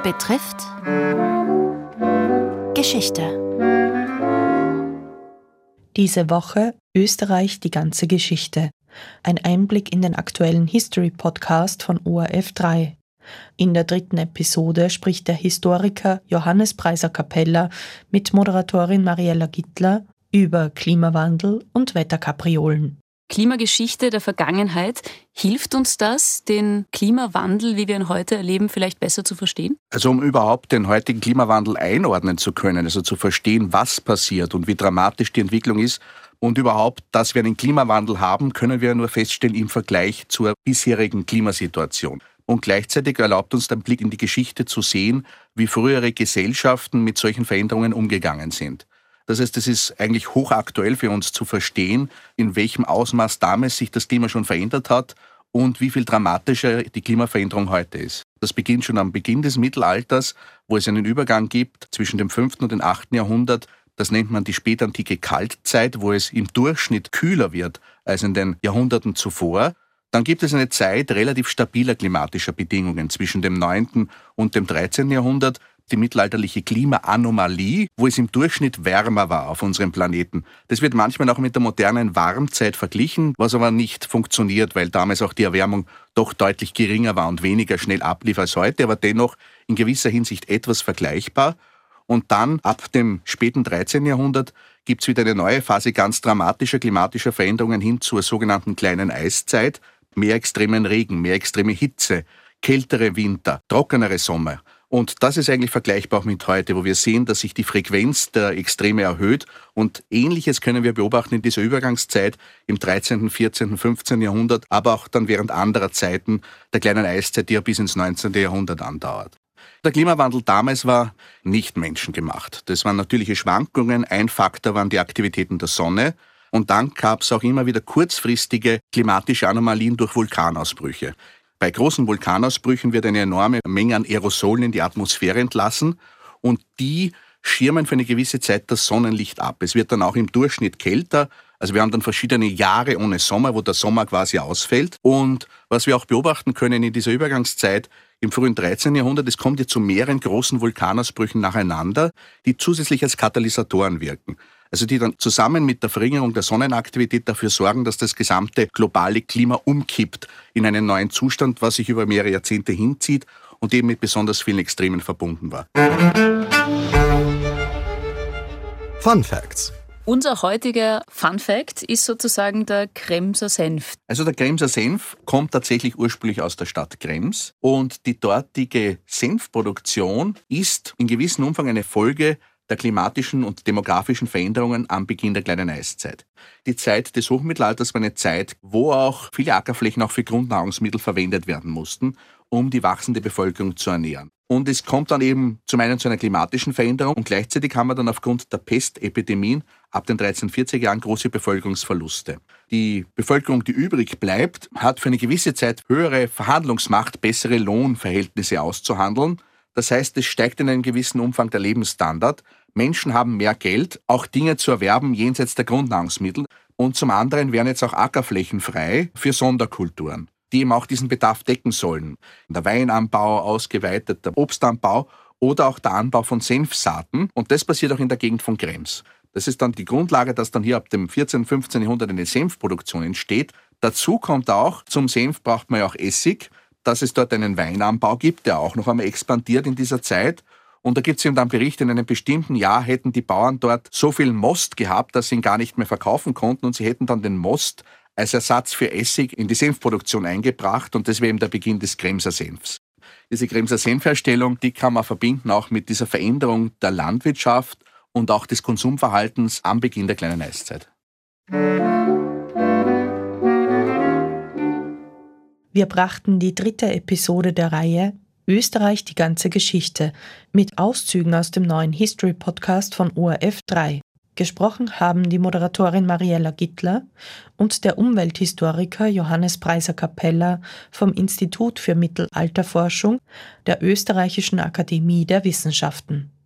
betrifft Geschichte. Diese Woche Österreich die ganze Geschichte. Ein Einblick in den aktuellen History-Podcast von ORF 3. In der 3. Episode spricht der Historiker Johannes Preiser-Capella mit Moderatorin Mariella Gittler über Klimawandel und Wetterkapriolen. Klimageschichte der Vergangenheit, hilft uns das, den Klimawandel, wie wir ihn heute erleben, vielleicht besser zu verstehen? Also um überhaupt den heutigen Klimawandel einordnen zu können, also zu verstehen, was passiert und wie dramatisch die Entwicklung ist und überhaupt, dass wir einen Klimawandel haben, können wir nur feststellen im Vergleich zur bisherigen Klimasituation. Und gleichzeitig erlaubt uns den Blick in die Geschichte zu sehen, wie frühere Gesellschaften mit solchen Veränderungen umgegangen sind. Das heißt, es ist eigentlich hochaktuell für uns zu verstehen, in welchem Ausmaß damals sich das Klima schon verändert hat und wie viel dramatischer die Klimaveränderung heute ist. Das beginnt schon am Beginn des Mittelalters, wo es einen Übergang gibt zwischen dem 5. und dem 8. Jahrhundert. Das nennt man die spätantike Kaltzeit, wo es im Durchschnitt kühler wird als in den Jahrhunderten zuvor. Dann gibt es eine Zeit relativ stabiler klimatischer Bedingungen zwischen dem 9. und dem 13. Jahrhundert, die mittelalterliche Klimaanomalie, wo es im Durchschnitt wärmer war auf unserem Planeten. Das wird manchmal auch mit der modernen Warmzeit verglichen, was aber nicht funktioniert, weil damals auch die Erwärmung doch deutlich geringer war und weniger schnell ablief als heute, aber dennoch in gewisser Hinsicht etwas vergleichbar. Und dann ab dem späten 13. Jahrhundert gibt es wieder eine neue Phase ganz dramatischer klimatischer Veränderungen hin zur sogenannten kleinen Eiszeit. Mehr extremen Regen, mehr extreme Hitze, kältere Winter, trockenere Sommer. Und das ist eigentlich vergleichbar auch mit heute, wo wir sehen, dass sich die Frequenz der Extreme erhöht. Und Ähnliches können wir beobachten in dieser Übergangszeit im 13., 14., 15. Jahrhundert, aber auch dann während anderer Zeiten der kleinen Eiszeit, die ja bis ins 19. Jahrhundert andauert. Der Klimawandel damals war nicht menschengemacht. Das waren natürliche Schwankungen. Ein Faktor waren die Aktivitäten der Sonne. Und dann gab es auch immer wieder kurzfristige klimatische Anomalien durch Vulkanausbrüche. Bei großen Vulkanausbrüchen wird eine enorme Menge an Aerosolen in die Atmosphäre entlassen und die schirmen für eine gewisse Zeit das Sonnenlicht ab. Es wird dann auch im Durchschnitt kälter. Also wir haben dann verschiedene Jahre ohne Sommer, wo der Sommer quasi ausfällt. Und was wir auch beobachten können in dieser Übergangszeit im frühen 13. Jahrhundert, es kommt ja zu mehreren großen Vulkanausbrüchen nacheinander, die zusätzlich als Katalysatoren wirken. Also die dann zusammen mit der Verringerung der Sonnenaktivität dafür sorgen, dass das gesamte globale Klima umkippt in einen neuen Zustand, was sich über mehrere Jahrzehnte hinzieht und eben mit besonders vielen Extremen verbunden war. Fun Facts. Unser heutiger Fun Fact ist sozusagen der Kremser Senf. Also der Kremser Senf kommt tatsächlich ursprünglich aus der Stadt Krems und die dortige Senfproduktion ist in gewissem Umfang eine Folge der klimatischen und demografischen Veränderungen am Beginn der kleinen Eiszeit. Die Zeit des Hochmittelalters war eine Zeit, wo auch viele Ackerflächen auch für Grundnahrungsmittel verwendet werden mussten, um die wachsende Bevölkerung zu ernähren. Und es kommt dann eben zum einen zu einer klimatischen Veränderung und gleichzeitig haben wir dann aufgrund der Pestepidemien ab den 1340er Jahren große Bevölkerungsverluste. Die Bevölkerung, die übrig bleibt, hat für eine gewisse Zeit höhere Verhandlungsmacht, bessere Lohnverhältnisse auszuhandeln. Das heißt, es steigt in einem gewissen Umfang der Lebensstandard. Menschen haben mehr Geld, auch Dinge zu erwerben jenseits der Grundnahrungsmittel. Und zum anderen werden jetzt auch Ackerflächen frei für Sonderkulturen, die eben auch diesen Bedarf decken sollen. Der Weinanbau, ausgeweiteter Obstanbau oder auch der Anbau von Senfsaaten. Und das passiert auch in der Gegend von Krems. Das ist dann die Grundlage, dass dann hier ab dem 14., 15. Jahrhundert eine Senfproduktion entsteht. Dazu kommt auch, zum Senf braucht man ja auch Essig, dass es dort einen Weinanbau gibt, der auch noch einmal expandiert in dieser Zeit. Und da gibt es eben dann Berichte, in einem bestimmten Jahr hätten die Bauern dort so viel Most gehabt, dass sie ihn gar nicht mehr verkaufen konnten und sie hätten dann den Most als Ersatz für Essig in die Senfproduktion eingebracht und das wäre eben der Beginn des Kremser Senfs. Diese Kremser Senfherstellung, die kann man verbinden auch mit dieser Veränderung der Landwirtschaft und auch des Konsumverhaltens am Beginn der kleinen Eiszeit. Wir brachten die 3. Episode der Reihe Österreich die ganze Geschichte mit Auszügen aus dem neuen History-Podcast von ORF 3. Gesprochen haben die Moderatorin Mariella Gittler und der Umwelthistoriker Johannes Preiser-Capella vom Institut für Mittelalterforschung der Österreichischen Akademie der Wissenschaften.